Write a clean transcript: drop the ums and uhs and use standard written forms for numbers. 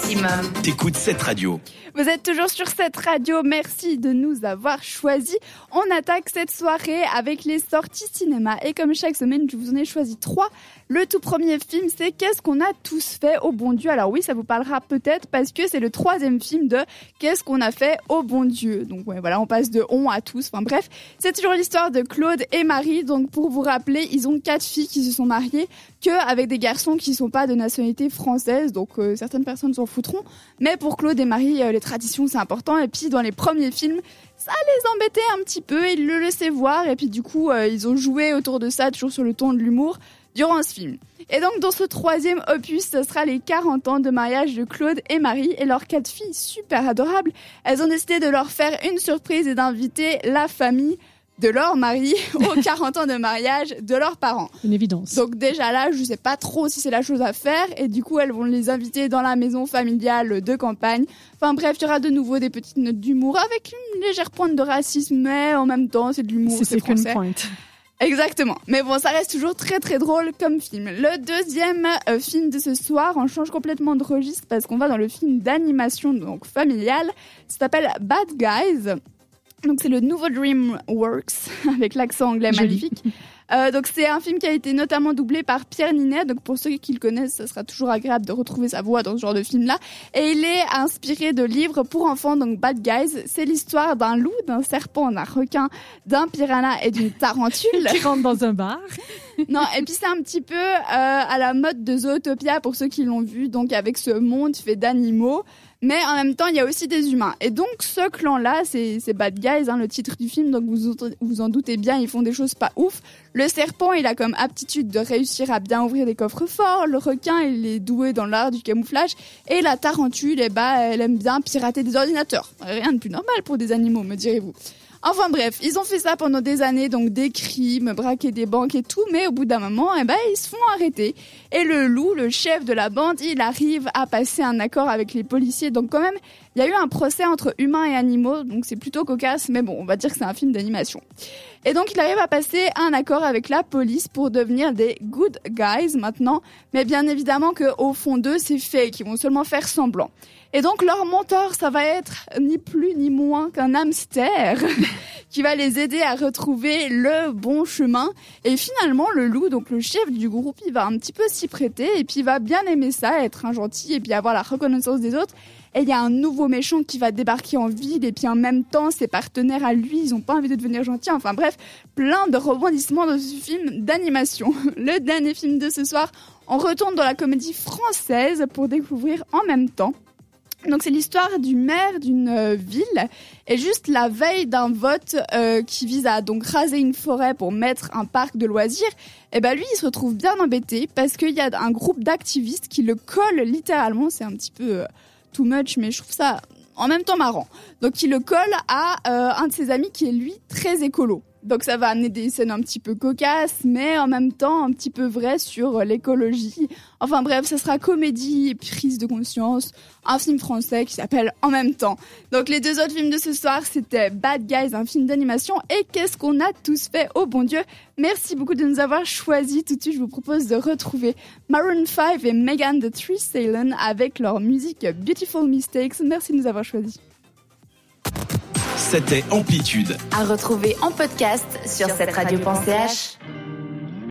maximum. T'écoutes cette radio. Vous êtes toujours sur cette radio, merci de nous avoir choisis. On attaque cette soirée avec les sorties cinéma et comme chaque semaine, je vous en ai choisi 3. Le tout premier film, c'est Qu'est-ce qu'on a tous fait au bon Dieu. Alors oui, ça vous parlera peut-être parce que c'est le 3e film de Qu'est-ce qu'on a fait au bon Dieu. Donc ouais, voilà, on passe de on à tous. Enfin bref, c'est toujours l'histoire de Claude et Marie. Donc pour vous rappeler, ils ont 4 filles qui se sont mariées qu'avec des garçons qui sont pas de nationalité française. Donc certaines personnes s'en foutront. Mais pour Claude et Marie, les traditions c'est important. Et puis dans les premiers films, ça les embêtait un petit peu. Ils le laissaient voir. Et puis du coup, ils ont joué autour de ça, toujours sur le ton de l'humour, durant ce film. Et donc dans ce 3e opus, ce sera les 40 ans de mariage de Claude et Marie et leurs 4 filles super adorables. Elles ont décidé de leur faire une surprise et d'inviter la famille de leur mari aux 40 ans de mariage de leurs parents. Une évidence. Donc déjà là, je sais pas trop si c'est la chose à faire et du coup elles vont les inviter dans la maison familiale de campagne. Enfin bref, il y aura de nouveau des petites notes d'humour avec une légère pointe de racisme, mais en même temps c'est de l'humour, c'est français. Point. Exactement. Mais bon, ça reste toujours très très drôle comme film. Le 2e film de ce soir, on change complètement de registre parce qu'on va dans le film d'animation donc familial. Ça s'appelle Bad Guys. Donc c'est le nouveau DreamWorks avec l'accent anglais magnifique. Donc c'est un film qui a été notamment doublé par Pierre Ninet. Donc pour ceux qui le connaissent, ça sera toujours agréable de retrouver sa voix dans ce genre de film-là. Et il est inspiré de livres pour enfants, donc Bad Guys. C'est l'histoire d'un loup, d'un serpent, d'un requin, d'un piranha et d'une tarentule qui rentre dans un bar. Non, et puis c'est un petit peu à la mode de Zootopia pour ceux qui l'ont vu, donc avec ce monde fait d'animaux. Mais en même temps, il y a aussi des humains. Et donc, ce clan-là, c'est Bad Guys, le titre du film. Donc, vous en doutez bien, ils font des choses pas ouf. Le serpent, il a comme aptitude de réussir à bien ouvrir des coffres forts. Le requin, il est doué dans l'art du camouflage. Et la tarentule, elle aime bien pirater des ordinateurs. Rien de plus normal pour des animaux, me direz-vous. Enfin bref, ils ont fait ça pendant des années, donc des crimes, braquer des banques et tout, mais au bout d'un moment, ils se font arrêter. Et le loup, le chef de la bande, il arrive à passer un accord avec les policiers, donc quand même, il y a eu un procès entre humains et animaux, donc c'est plutôt cocasse, mais bon, on va dire que c'est un film d'animation. Et donc il arrive à passer un accord avec la police pour devenir des good guys maintenant, mais bien évidemment qu'au fond d'eux, c'est fake, ils vont seulement faire semblant. Et donc leur mentor, ça va être ni plus ni moins qu'un hamster qui va les aider à retrouver le bon chemin. Et finalement, le loup, donc le chef du groupe, il va un petit peu s'y prêter et puis il va bien aimer ça, être un gentil et puis avoir la reconnaissance des autres. Et il y a un nouveau méchant qui va débarquer en ville et puis en même temps, ses partenaires à lui, ils ont pas envie de devenir gentils. Enfin bref, plein de rebondissements dans ce film d'animation. Le dernier film de ce soir, on retourne dans la comédie française pour découvrir en même temps. Donc c'est l'histoire du maire d'une ville et juste la veille d'un vote qui vise à donc raser une forêt pour mettre un parc de loisirs, et lui il se retrouve bien embêté parce qu'il y a un groupe d'activistes qui le collent littéralement, c'est un petit peu too much mais je trouve ça en même temps marrant. Donc il le colle à un de ses amis qui est lui très écolo. Donc ça va amener des scènes un petit peu cocasses, mais en même temps un petit peu vraies sur l'écologie. Enfin bref, ça sera comédie, prise de conscience, un film français qui s'appelle En même temps. Donc les 2 autres films de ce soir, c'était Bad Guys, un film d'animation, et Qu'est-ce qu'on a tous fait au bon Dieu. Merci beaucoup de nous avoir choisis. Tout de suite, je vous propose de retrouver Maroon 5 et Megan Thee Stallion avec leur musique Beautiful Mistakes. Merci de nous avoir choisis. C'était Amplitude. À retrouver en podcast sur cette radio.ch.